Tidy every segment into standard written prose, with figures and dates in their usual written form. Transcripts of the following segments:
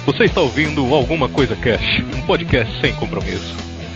Você está ouvindo Alguma Coisa Cash, um podcast sem compromisso.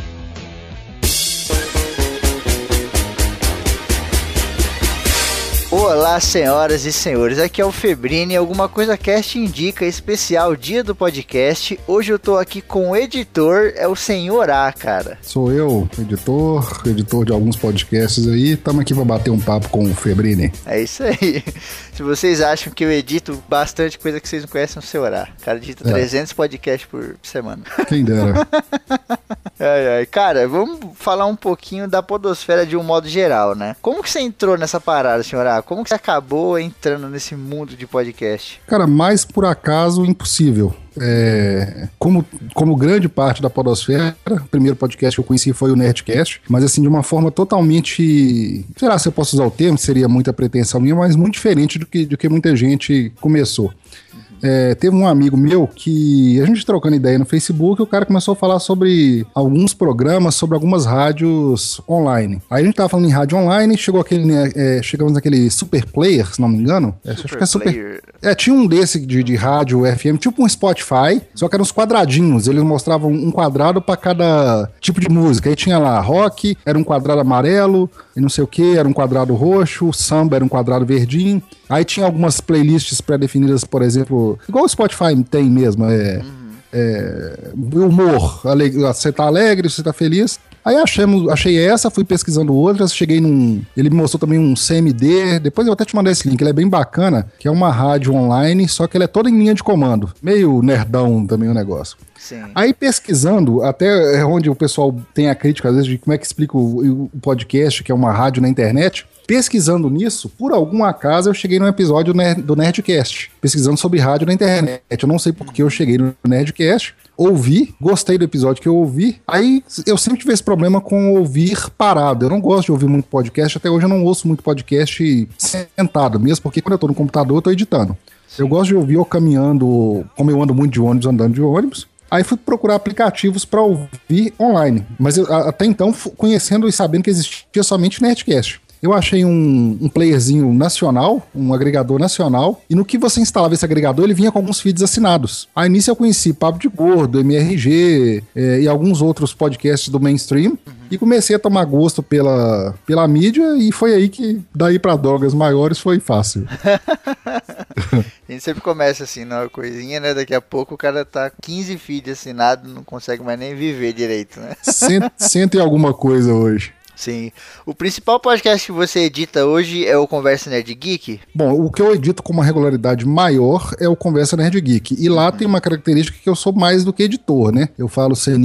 Olá, senhoras e senhores, aqui é o Febrini, Alguma Coisa Cast indica, especial dia do podcast. Hoje eu tô aqui com o editor, é o Senhor A, cara. Sou eu, editor de alguns podcasts aí, estamos aqui para bater um papo com o Febrini. É isso aí. Se vocês acham que eu edito bastante coisa que vocês não conhecem, é o Senhor A. O cara edita 300 podcasts por semana. Quem dera. Ai. Cara, vamos falar um pouquinho da podosfera de um modo geral, né? Como que você entrou nessa parada, Senhor A? Como que você acabou entrando nesse mundo de podcast? Cara, mais por acaso impossível. Como grande parte da podosfera, o primeiro podcast que eu conheci foi o Nerdcast, mas assim, de uma forma totalmente, sei lá se eu posso usar o termo, seria muita pretensão minha, mas muito diferente do que muita gente começou. Teve um amigo meu que a gente trocando ideia no Facebook, o cara começou a falar sobre alguns programas, sobre algumas rádios online. Aí a gente tava falando em rádio online, chegamos naquele Super Player, se não me engano. Acho que é Super. Tinha um desse de rádio FM, tipo um Spotify, só que eram uns quadradinhos. Eles mostravam um quadrado pra cada tipo de música. Aí tinha lá rock, era um quadrado amarelo, e não sei o que, era um quadrado roxo, samba era um quadrado verdinho. Aí tinha algumas playlists pré-definidas, por exemplo, igual o Spotify tem mesmo, humor, você tá alegre, você tá feliz. Aí achei essa, fui pesquisando outras, cheguei ele me mostrou também um CMD, depois eu vou até te mandar esse link, ele é bem bacana, que é uma rádio online, só que ela é toda em linha de comando, meio nerdão também o negócio. Sim. Aí pesquisando, até onde o pessoal tem a crítica às vezes de como é que explica o podcast, que é uma rádio na internet, pesquisando nisso, por algum acaso eu cheguei num episódio do Nerdcast, pesquisando sobre rádio na internet. Eu não sei por que eu cheguei no Nerdcast, ouvi, gostei do episódio que eu ouvi. Aí eu sempre tive esse problema com ouvir parado. Eu não gosto de ouvir muito podcast, até hoje eu não ouço muito podcast sentado, mesmo porque quando eu tô no computador eu tô editando. Eu gosto de ouvir ou caminhando, como eu ando muito de ônibus, andando de ônibus. Aí fui procurar aplicativos para ouvir online. Mas eu, até então, conhecendo e sabendo que existia somente Nerdcast. Eu achei um playerzinho nacional, um agregador nacional, e no que você instalava esse agregador, ele vinha com alguns feeds assinados. Aí nisso eu conheci Papo de Gordo, MRG e alguns outros podcasts do mainstream, e comecei a tomar gosto pela mídia, e foi aí que, daí pra drogas maiores, foi fácil. A gente sempre começa assim, numa coisinha, né? Daqui a pouco o cara tá 15 feeds assinados, não consegue mais nem viver direito, né? Cento e alguma coisa hoje. Sim. O principal podcast que você edita hoje é o Conversa Nerd Geek? Bom, o que eu edito com uma regularidade maior é o Conversa Nerd Geek. E lá tem uma característica que eu sou mais do que editor, né? Eu falo sem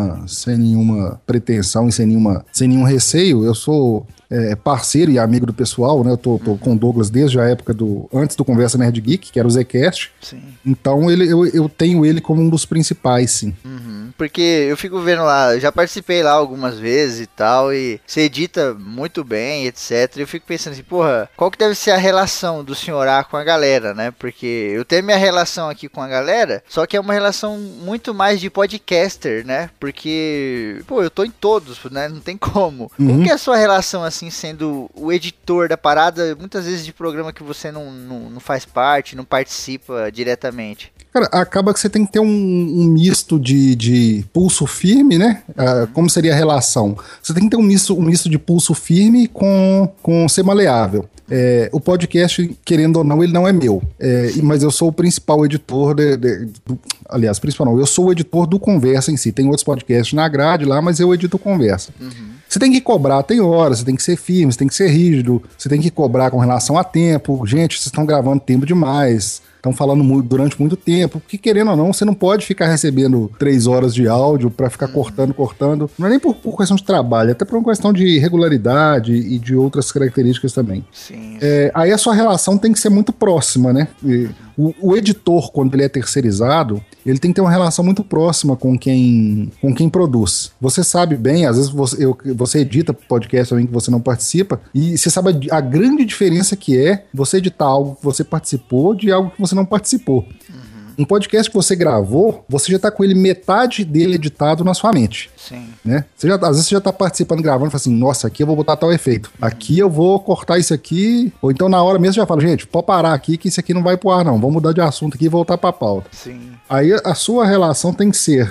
nenhuma pretensão e sem nenhum receio. Eu sou parceiro e amigo do pessoal, né? Eu tô com o Douglas desde a época antes do Conversa Nerd Geek, que era o Zcast. Sim. Então eu tenho ele como um dos principais, sim. Porque eu fico vendo lá, eu já participei lá algumas vezes e tal, e você edita muito bem, etc. E eu fico pensando assim, porra, qual que deve ser a relação do Senhor A com a galera, né? Porque eu tenho minha relação aqui com a galera, só que é uma relação muito mais de podcaster, né? Porque, pô, eu tô em todos, né? Não tem como. Como que é a sua relação, assim, sendo o editor da parada, muitas vezes de programa que você não faz parte, não participa diretamente? Cara, acaba que você tem que ter um misto de pulso firme, né? Como seria a relação? Você tem que ter um misto de pulso firme com ser maleável. O podcast, querendo ou não, ele não é meu. Mas eu sou o principal editor aliás, principal não, eu sou o editor do Conversa em si. Tem outros podcasts na grade lá, mas eu edito o Conversa. Você tem que cobrar, tem horas, você tem que ser firme, você tem que ser rígido, você tem que cobrar com relação a tempo. Gente, vocês estão gravando tempo demais. Estão falando durante muito tempo, porque querendo ou não, você não pode ficar recebendo 3 horas de áudio pra ficar cortando. Não é nem por questão de trabalho, é até por uma questão de regularidade e de outras características também. Sim. Aí a sua relação tem que ser muito próxima, né? O editor, quando ele é terceirizado, ele tem que ter uma relação muito próxima com quem produz. Você sabe bem, às vezes você edita podcast também que você não participa, e você sabe a grande diferença que é você editar algo que você participou de algo que você não participou. Um podcast que você gravou, você já tá com ele metade dele editado na sua mente. Sim. Né? Às vezes você já tá participando, gravando, e fala assim, nossa, aqui eu vou botar tal efeito. Aqui eu vou cortar isso aqui. Ou então na hora mesmo já fala, gente, pode parar aqui que isso aqui não vai pro ar não. Vamos mudar de assunto aqui e voltar pra pauta. Sim. Aí a sua relação tem que ser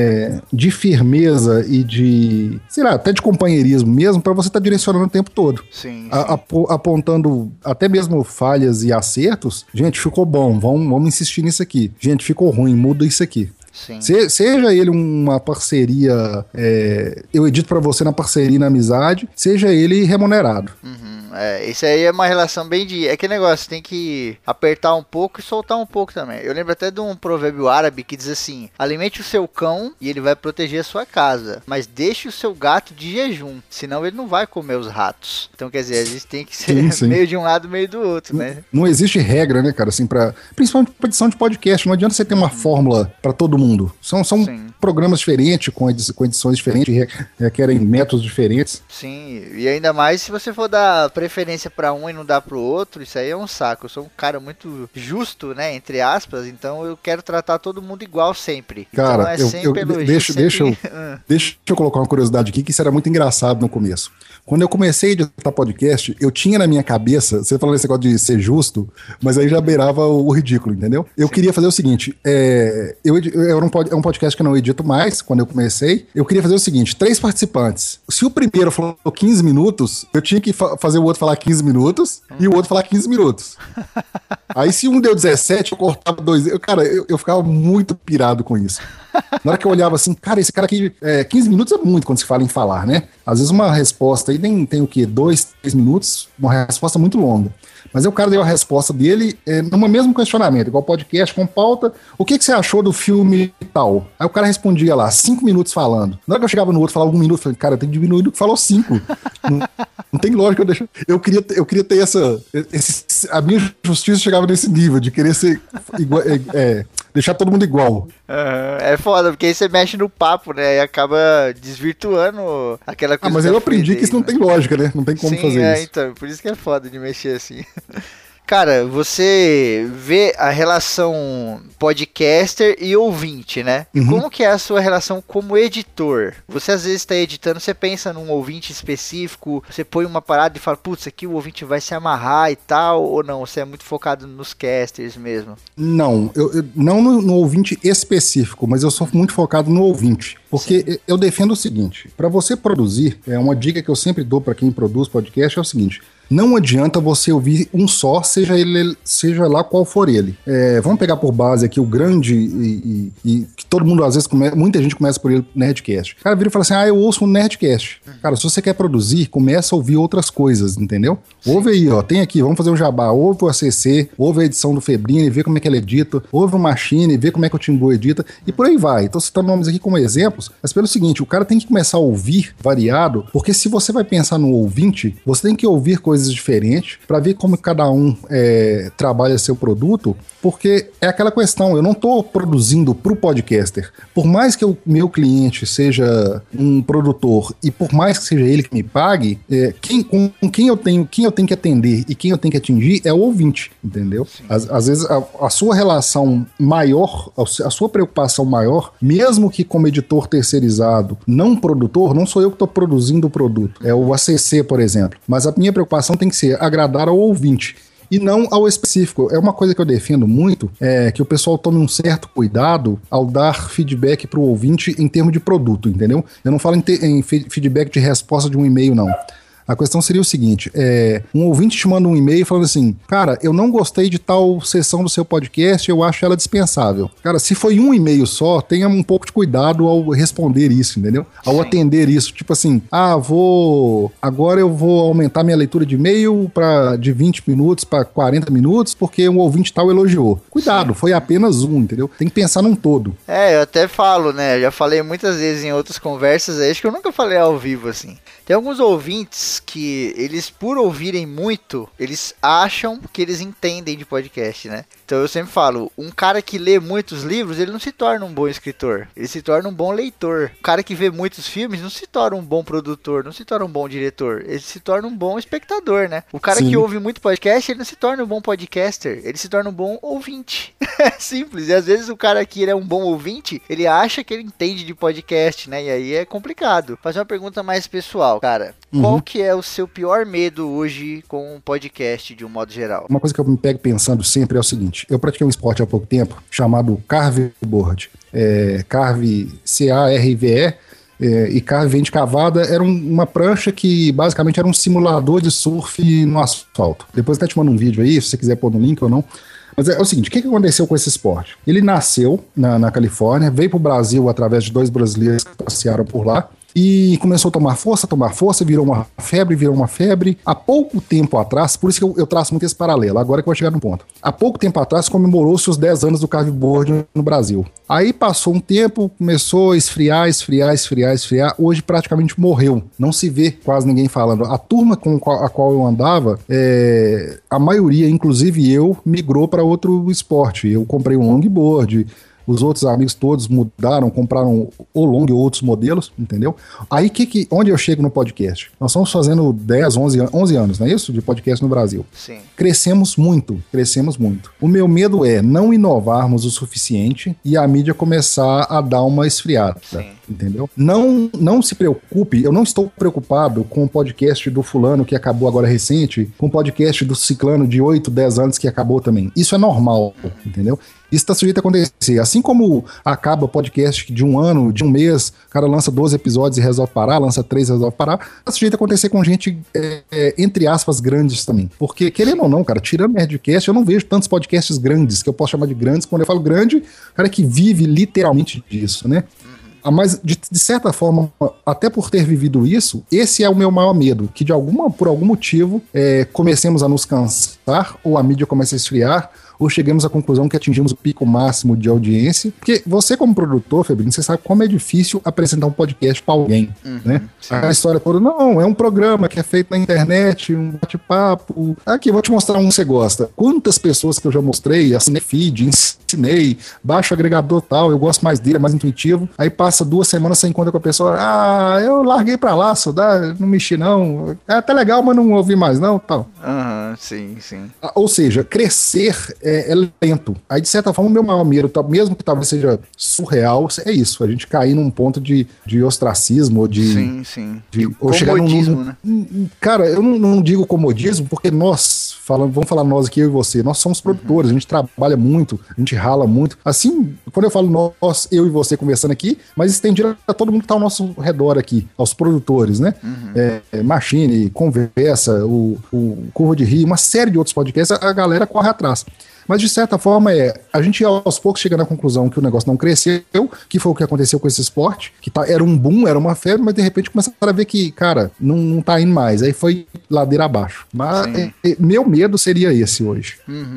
de firmeza e de, sei lá, até de companheirismo mesmo, pra você estar direcionando o tempo todo. Sim. Apontando até mesmo falhas e acertos. Gente, ficou bom, vamos insistir nisso aqui. Gente, ficou ruim, muda isso aqui. Sim. Seja ele uma parceria, eu edito pra você na parceria e na amizade, seja ele remunerado. Isso aí é uma relação bem de... É que negócio, tem que apertar um pouco e soltar um pouco também. Eu lembro até de um provérbio árabe que diz assim: alimente o seu cão e ele vai proteger a sua casa, mas deixe o seu gato de jejum, senão ele não vai comer os ratos. Então, quer dizer, a gente tem que ser sim. meio de um lado, meio do outro, né? Não existe regra, né, cara, assim, principalmente pra edição de podcast, não adianta você ter uma fórmula pra todo mundo. São programas diferentes, com edições diferentes, requerem métodos diferentes. Sim, e ainda mais se você for dar preferência pra um e não dar pro outro, isso aí é um saco. Eu sou um cara muito justo, né, entre aspas, então eu quero tratar todo mundo igual sempre. Cara, então deixa eu colocar uma curiosidade aqui, que isso era muito engraçado no começo. Quando eu comecei a editar podcast, eu tinha na minha cabeça, você falou esse negócio de ser justo, mas aí já beirava o ridículo, entendeu? Eu queria fazer o seguinte, era um podcast que eu não edito mais, quando eu comecei, eu queria fazer o seguinte, 3 participantes. Se o primeiro falou 15 minutos, eu tinha que fazer o outro falar 15 minutos e o outro falar 15 minutos. Aí se um deu 17, eu cortava 2. Cara, eu ficava muito pirado com isso. Na hora que eu olhava assim, cara, esse cara aqui, 15 minutos é muito quando se fala em falar, né? Às vezes uma resposta aí tem o quê? 2, 3 minutos, uma resposta muito longa. Mas aí o cara deu a resposta dele num mesmo questionamento, igual podcast, com pauta. O que você achou do filme tal? Aí o cara respondia lá, 5 minutos falando. Na hora que eu chegava no outro, falava 1 minuto, eu falei, cara, tem que diminuir do que falou 5. Não tem lógica. Eu queria ter a minha justiça chegava nesse nível, de querer ser igual, deixar todo mundo igual. É foda, porque aí você mexe no papo, né? E acaba desvirtuando aquela coisa. Mas eu aprendi que isso não tem lógica, né? Não tem como fazer isso. Então, por isso que é foda de mexer assim. Cara, você vê a relação podcaster e ouvinte, né? E como que é a sua relação como editor? Você às vezes está editando, você pensa num ouvinte específico, você põe uma parada e fala, putz, aqui o ouvinte vai se amarrar e tal, ou não? Você é muito focado nos casters mesmo? Não, eu não no ouvinte específico, mas eu sou muito focado no ouvinte. Porque eu defendo o seguinte, para você produzir, uma dica que eu sempre dou para quem produz podcast é o seguinte: não adianta você ouvir um só, seja lá qual for ele. Vamos pegar por base aqui o grande e que todo mundo, às vezes, muita gente começa por ele, Nerdcast. O cara vira e fala assim, eu ouço um Nerdcast. Cara, se você quer produzir, começa a ouvir outras coisas, entendeu? Sim. Ouve aí, tem aqui, vamos fazer um jabá. Ouve o ACC, ouve a edição do Febrini, vê como é que ela edita. Ouve o Machine, vê como é que o Timbu edita. E por aí vai. Então, citando nomes aqui como exemplos, mas pelo seguinte, o cara tem que começar a ouvir variado, porque se você vai pensar no ouvinte, você tem que ouvir coisas diferentes para ver como cada um trabalha seu produto, porque é aquela questão, eu não estou produzindo para o podcaster. Por mais que o meu cliente seja um produtor e por mais que seja ele que me pague, quem eu tenho que atender e quem eu tenho que atingir é o ouvinte, entendeu? Às vezes a sua relação maior, a sua preocupação maior, mesmo que como editor terceirizado, não produtor, não sou eu que estou produzindo o produto, é o ACC, por exemplo, mas a minha preocupação tem que ser agradar ao ouvinte e não ao específico. É uma coisa que eu defendo muito, que o pessoal tome um certo cuidado ao dar feedback para o ouvinte em termos de produto, entendeu? Eu não falo em feedback de resposta de um e-mail, não. A questão seria o seguinte, um ouvinte te manda um e-mail falando assim, cara, eu não gostei de tal sessão do seu podcast, eu acho ela dispensável. Cara, se foi um e-mail só, tenha um pouco de cuidado ao responder isso, entendeu? Ao atender isso, tipo assim, agora eu vou aumentar minha leitura de e-mail de 20 minutos para 40 minutos, porque um ouvinte tal elogiou. Cuidado, foi apenas um, entendeu? Tem que pensar num todo. Eu até falo, né, já falei muitas vezes em outras conversas, acho que eu nunca falei ao vivo, assim. Tem alguns ouvintes pessoas que eles, por ouvirem muito, eles acham que eles entendem de podcast, né? Então eu sempre falo, um cara que lê muitos livros, ele não se torna um bom escritor, ele se torna um bom leitor. O cara que vê muitos filmes não se torna um bom produtor, não se torna um bom diretor, ele se torna um bom espectador, né? O cara que ouve muito podcast, ele não se torna um bom podcaster, ele se torna um bom ouvinte. É simples, e às vezes o cara que ele é um bom ouvinte, ele acha que ele entende de podcast, né? E aí é complicado. Fazer uma pergunta mais pessoal, cara. Qual que é o seu pior medo hoje com um podcast de um modo geral? Uma coisa que eu me pego pensando sempre é o seguinte, eu pratiquei um esporte há pouco tempo chamado carveboard. Carve, C-A-R-V-E, e carve vem de cavada, era uma prancha que basicamente era um simulador de surf no asfalto. Depois até te mando um vídeo aí, se você quiser pôr no link ou não. Mas é o seguinte, o que aconteceu com esse esporte? Ele nasceu na Califórnia, veio para o Brasil através de 2 brasileiros que passearam por lá, e começou a tomar força, virou uma febre. Há pouco tempo atrás, por isso que eu traço muito esse paralelo, agora que eu vou chegar no ponto. Há pouco tempo atrás comemorou-se os 10 anos do carveboard no Brasil. Aí passou um tempo, começou a esfriar, hoje praticamente morreu. Não se vê quase ninguém falando. A turma com a qual eu andava, a maioria, inclusive eu, migrou para outro esporte. Eu comprei um longboard, os outros amigos todos mudaram, compraram o long ou outros modelos, entendeu? Aí onde eu chego no podcast? Nós estamos fazendo 10, 11 anos, não é isso? De podcast no Brasil. Sim. Crescemos muito. O meu medo é não inovarmos o suficiente e a mídia começar a dar uma esfriada. Sim. Entendeu? Não se preocupe, eu não estou preocupado com o podcast do fulano que acabou agora recente, com o podcast do ciclano de 8, 10 anos que acabou também. Isso é normal, entendeu? Isso está sujeito a acontecer. Assim como acaba podcast de um ano, de um mês, o cara lança 12 episódios e resolve parar, lança 3 e resolve parar, está sujeito a acontecer com gente, entre aspas, grandes também. Porque, querendo ou não, cara, tirando Nerdcast, eu não vejo tantos podcasts grandes, que eu posso chamar de grandes. Quando eu falo grande, cara que vive literalmente disso, né? Mas, de certa forma, até por ter vivido isso, esse é o meu maior medo, que por algum motivo comecemos a nos cansar, ou a mídia comece a esfriar, ou chegamos à conclusão que atingimos o pico máximo de audiência. Porque você, como produtor, Febrinho, você sabe como é difícil apresentar um podcast pra alguém, né? Sim. A história toda, não, é um programa que é feito na internet, um bate-papo. Aqui, vou te mostrar um que você gosta. Quantas pessoas que eu já mostrei, assinei feed, ensinei, baixa o agregador tal, eu gosto mais dele, é mais intuitivo. Aí passa 2 semanas, você encontra com a pessoa, eu larguei pra lá, não mexi não. É até legal, mas não ouvi mais não, tal. Sim. Ou seja, crescer é lento. Aí, de certa forma, o meu maior medo, mesmo que talvez seja surreal, é isso, a gente cair num ponto de ostracismo, ou de... Sim. Ou comodismo, né? Cara, eu não digo comodismo, porque vamos falar nós aqui, eu e você, nós somos produtores, a gente trabalha muito, a gente rala muito. Assim, quando eu falo nós, eu e você conversando aqui, mas estendido a todo mundo que tá ao nosso redor aqui, aos produtores, né? Machine, Conversa, o Curva de Rio, uma série de outros podcasts, a galera corre atrás. Mas, de certa forma, a gente aos poucos chega na conclusão que o negócio não cresceu, que foi o que aconteceu com esse esporte, que era um boom, era uma febre, mas de repente começaram a ver que, cara, não tá indo mais. Aí foi ladeira abaixo. Mas meu medo seria esse hoje.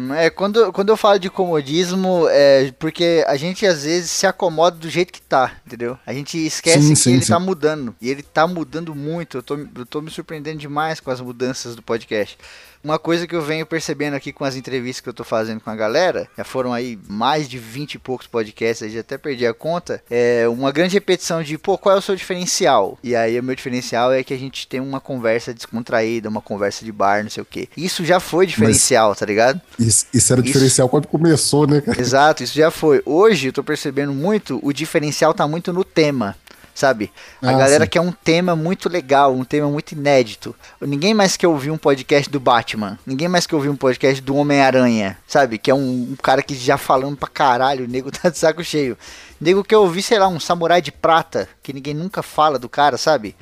Quando eu falo de comodismo, porque a gente às vezes se acomoda do jeito que tá, entendeu? A gente esquece que ele tá mudando. E ele tá mudando muito. Eu tô me surpreendendo demais com as mudanças do podcast. Uma coisa que eu venho percebendo aqui com as entrevistas que eu tô fazendo com a galera, já foram aí mais de 20 e poucos podcasts, já até perdi a conta, uma grande repetição de, qual é o seu diferencial? E aí o meu diferencial é que a gente tem uma conversa descontraída, uma conversa de bar, não sei o quê. Isso já foi diferencial, tá ligado? Isso era diferencial quando começou, né, cara? Exato, isso já foi. Hoje eu tô percebendo muito, o diferencial tá muito no tema. Sabe? A galera quer um tema muito legal, um tema muito inédito. Ninguém mais quer ouvir um podcast do Batman. Ninguém mais quer ouvir um podcast do Homem-Aranha. Sabe? Que é um cara que já falando pra caralho, o nego tá de saco cheio. Nego quer ouvir, sei lá, um Samurai de Prata, que ninguém nunca fala do cara, sabe?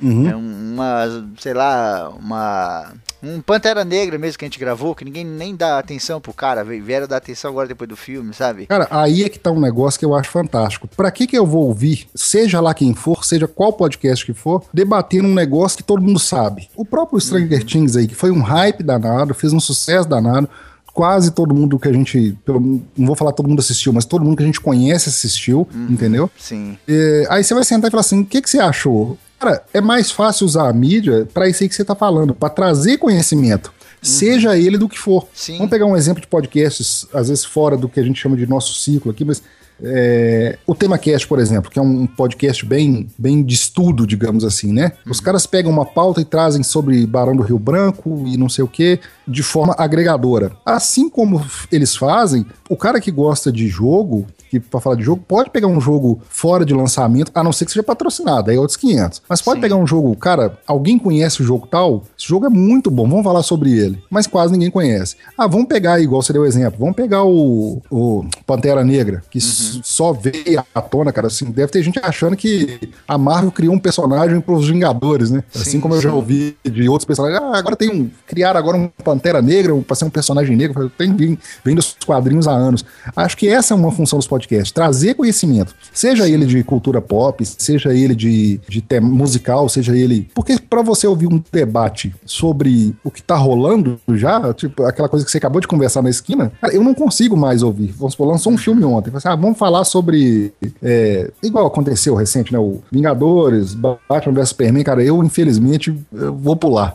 Um Pantera Negra mesmo que a gente gravou, que ninguém nem dá atenção pro cara, vieram dar atenção agora depois do filme, sabe? Cara, aí é que tá um negócio que eu acho fantástico. Pra que eu vou ouvir, seja lá quem for, seja qual podcast que for, debatendo um negócio que todo mundo sabe? O próprio Stranger Things aí, que foi um hype danado, fez um sucesso danado, quase todo mundo que a gente, não vou falar todo mundo assistiu, mas todo mundo que a gente conhece assistiu, entendeu? Sim. Aí você vai sentar e falar assim, o que você achou? Cara, é mais fácil usar a mídia para isso aí que você tá falando, para trazer conhecimento. Seja ele do que for. Sim. Vamos pegar um exemplo de podcasts, às vezes fora do que a gente chama de nosso ciclo aqui, mas o TemaCast, por exemplo, que é um podcast bem de estudo, digamos assim, né? Os caras pegam uma pauta e trazem sobre Barão do Rio Branco e não sei o quê, de forma agregadora. Assim como eles fazem, o cara que gosta de jogo, que pra falar de jogo, pode pegar um jogo fora de lançamento, a não ser que seja patrocinado, aí é outros 500. Mas pode pegar um jogo, cara, alguém conhece o jogo tal? Esse jogo é muito bom, vamos falar sobre ele. Mas quase ninguém conhece. Vamos pegar, igual você deu o exemplo, vamos pegar o Pantera Negra, que só veio à tona, cara, assim, deve ter gente achando que a Marvel criou um personagem pros Vingadores, né? Assim como eu já ouvi de outros personagens, agora criaram agora um Pantera Negra pra ser um personagem negro, vem dos quadrinhos há anos. Acho que essa é uma função dos podcasts, trazer conhecimento, seja ele de cultura pop, seja ele de tema musical, seja ele... Porque pra você ouvir um debate sobre o que tá rolando já, tipo, aquela coisa que você acabou de conversar na esquina, cara, eu não consigo mais ouvir. Vamos supor, lançou um filme ontem, vamos falar sobre... igual aconteceu recente, né? O Vingadores, Batman vs Superman, cara, eu infelizmente vou pular.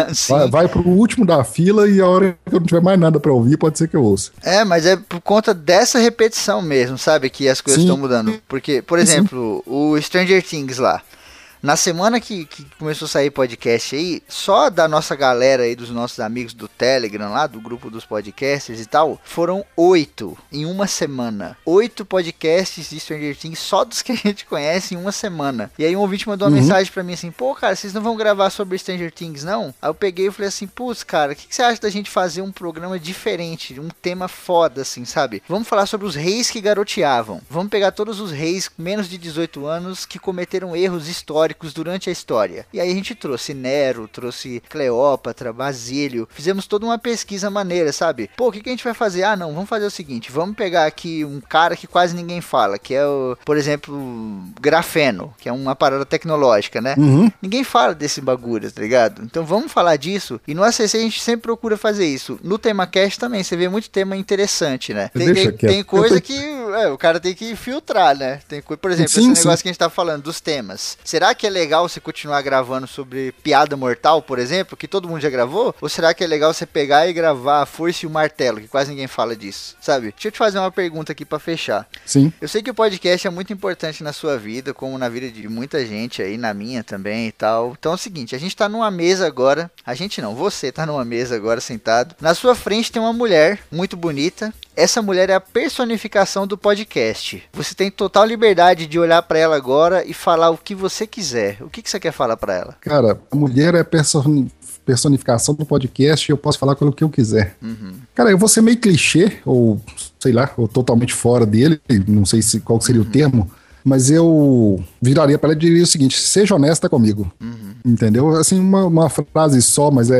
Vai pro último da fila e a hora que eu não tiver mais nada pra ouvir, pode ser que eu ouça. Mas é por conta dessa repetição mesmo, sabe? Que as coisas estão mudando. Porque, por exemplo, o Stranger Things lá. Na semana que começou a sair podcast aí, só da nossa galera aí, dos nossos amigos do Telegram lá, do grupo dos podcasters e tal, foram 8 em uma semana. 8 podcasts de Stranger Things só dos que a gente conhece em uma semana. E aí um ouvinte mandou uma mensagem pra mim assim, pô, cara, vocês não vão gravar sobre Stranger Things, não? Aí eu peguei e falei assim, putz, cara, o que você acha da gente fazer um programa diferente, um tema foda, assim, sabe? Vamos falar sobre os reis que garoteavam. Vamos pegar todos os reis com menos de 18 anos que cometeram erros históricos durante a história. E aí a gente trouxe Nero, trouxe Cleópatra, Basílio, fizemos toda uma pesquisa maneira, sabe? Pô, o que a gente vai fazer? Não, vamos fazer o seguinte, vamos pegar aqui um cara que quase ninguém fala, que é por exemplo, grafeno, que é uma parada tecnológica, né? Ninguém fala desse bagulho, tá ligado? Então vamos falar disso, e no ACC a gente sempre procura fazer isso. No TemaCast também, você vê muito tema interessante, né? Tem coisa que o cara tem que filtrar, né? Por exemplo, esse negócio que a gente tá falando dos temas. Será que é legal você continuar gravando sobre piada mortal, por exemplo, que todo mundo já gravou? Ou será que é legal você pegar e gravar a Foice e o Martelo, que quase ninguém fala disso, sabe? Deixa eu te fazer uma pergunta aqui pra fechar. Sim. Eu sei que o podcast é muito importante na sua vida, como na vida de muita gente aí, na minha também e tal. Então é o seguinte, a gente tá numa mesa agora, você tá numa mesa agora sentado. Na sua frente tem uma mulher muito bonita. Essa mulher é a personificação do podcast. Você tem total liberdade de olhar pra ela agora e falar o que você quiser. O que você quer falar pra ela? Cara, a mulher é personificação do podcast e eu posso falar com o que eu quiser. Cara, eu vou ser meio clichê, ou sei lá, ou totalmente fora dele, não sei qual seria o termo, mas eu viraria pra ela e diria o seguinte, seja honesta comigo. Entendeu? Assim, uma frase só, mas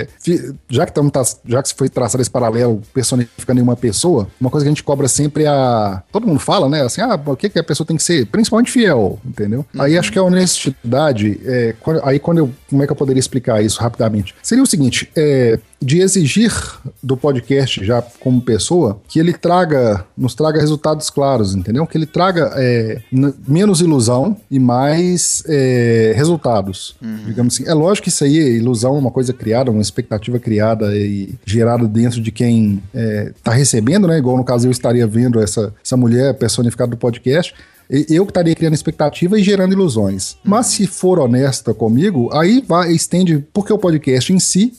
já que foi traçado esse paralelo personificando em uma pessoa, uma coisa que a gente cobra sempre todo mundo fala, né? Assim, o que a pessoa tem que ser? Principalmente fiel, entendeu? Aí acho que a honestidade, como é que eu poderia explicar isso rapidamente? Seria o seguinte, de exigir do podcast, já como pessoa, que ele nos traga resultados claros, entendeu? Que ele traga menos ilusão e mais resultados, digamos assim. É lógico que isso aí, ilusão é uma coisa criada, uma expectativa criada e gerada dentro de quem tá recebendo, né? Igual no caso eu estaria vendo essa mulher personificada do podcast, eu que estaria criando expectativa e gerando ilusões. Mas se for honesta comigo, aí estende, porque o podcast em si,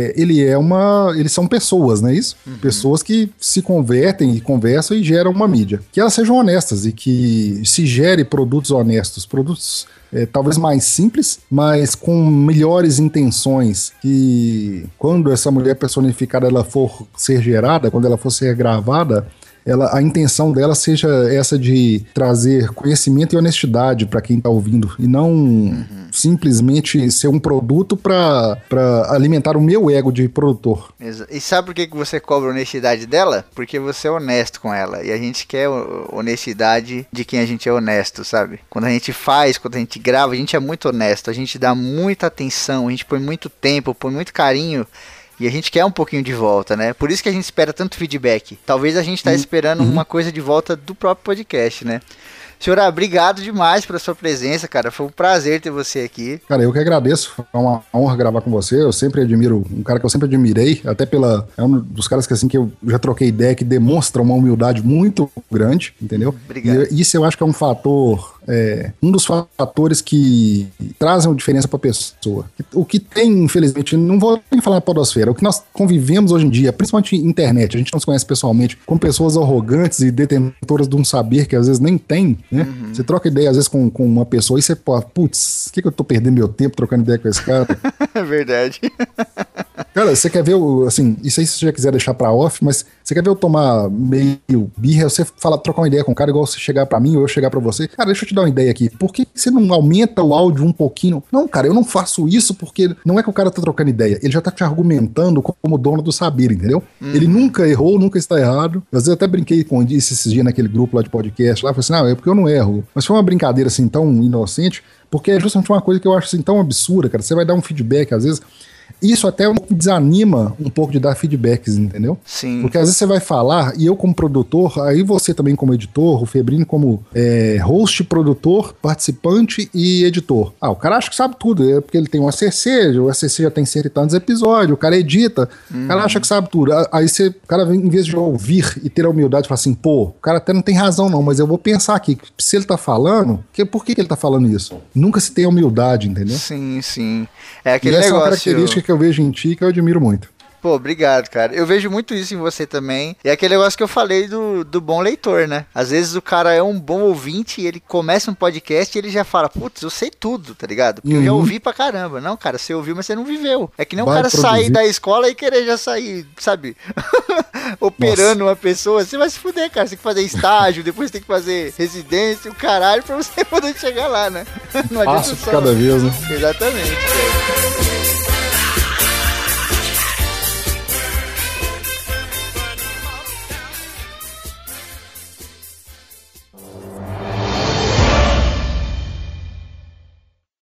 eles são pessoas, não é isso? Pessoas que se convertem e conversam e geram uma mídia. Que elas sejam honestas e que se gere produtos honestos, produtos talvez mais simples, mas com melhores intenções, que quando essa mulher personificada ela for ser gerada, quando ela for ser gravada, a intenção dela seja essa de trazer conhecimento e honestidade para quem está ouvindo, e não simplesmente ser um produto para alimentar o meu ego de produtor. E sabe por que você cobra a honestidade dela? Porque você é honesto com ela, e a gente quer honestidade de quem a gente é honesto, sabe? Quando a gente faz, quando a gente grava, a gente é muito honesto, a gente dá muita atenção, a gente põe muito tempo, põe muito carinho, e a gente quer um pouquinho de volta, né? Por isso que a gente espera tanto feedback. Talvez a gente tá esperando uma coisa de volta do próprio podcast, né? Senhora, obrigado demais pela sua presença, cara. Foi um prazer ter você aqui. Cara, eu que agradeço. É uma honra gravar com você. Eu sempre admiro, um cara que eu sempre admirei, até é um dos caras que assim que eu já troquei ideia, que demonstra uma humildade muito grande, entendeu? Obrigado. E isso eu acho que é um fator, um dos fatores que trazem uma diferença pra pessoa. O que tem, infelizmente, não vou nem falar na podosfera, o que nós convivemos hoje em dia, principalmente internet, a gente não se conhece pessoalmente, com pessoas arrogantes e detentoras de um saber que às vezes nem tem, né? Você troca ideia às vezes com uma pessoa e você pode, putz, o que eu tô perdendo meu tempo trocando ideia com esse cara? É verdade. Cara, você quer ver assim, isso aí se você já quiser deixar pra off, mas você quer ver eu tomar meio birra, você trocar uma ideia com o cara igual você chegar pra mim ou eu chegar pra você, cara, deixa eu te dar uma ideia aqui, por que você não aumenta o áudio um pouquinho? Não, cara, eu não faço isso porque não é que o cara tá trocando ideia, ele já tá te argumentando como dono do saber, entendeu? Ele nunca errou, nunca está errado. Eu às vezes até brinquei com isso esses dias naquele grupo lá de podcast, lá, falei assim, não, é porque eu não erro. Mas foi uma brincadeira assim tão inocente, porque é justamente uma coisa que eu acho assim tão absurda, cara, você vai dar um feedback às vezes. Isso até desanima um pouco de dar feedbacks, entendeu? Sim. Porque às vezes você vai falar, e eu como produtor, aí você também como editor, o Febrini como host, produtor, participante e editor. O cara acha que sabe tudo, é porque ele tem um ACC, o ACC já tem cento e tantos episódios, o cara edita, o cara acha que sabe tudo. Aí o cara vem, em vez de ouvir e ter a humildade, fala assim, pô, o cara até não tem razão não, mas eu vou pensar aqui, se ele tá falando, por que ele tá falando isso? Nunca se tem a humildade, entendeu? Sim, sim. É aquele essa negócio... é uma característica que eu vejo em ti que eu admiro muito. Pô, obrigado, cara. Eu vejo muito isso em você também. E é aquele negócio que eu falei do bom leitor, né? Às vezes o cara é um bom ouvinte e ele começa um podcast e ele já fala, putz, eu sei tudo, tá ligado? Porque eu já ouvi pra caramba. Não, cara, você ouviu, mas você não viveu. É que nem o cara sair da escola e querer já sair, sabe? Operando uma pessoa. Você vai se fuder, cara. Você tem que fazer estágio, depois tem que fazer residência, o caralho, pra você poder chegar lá, né? Não adianta Passo por cada vez, né? Exatamente, cara.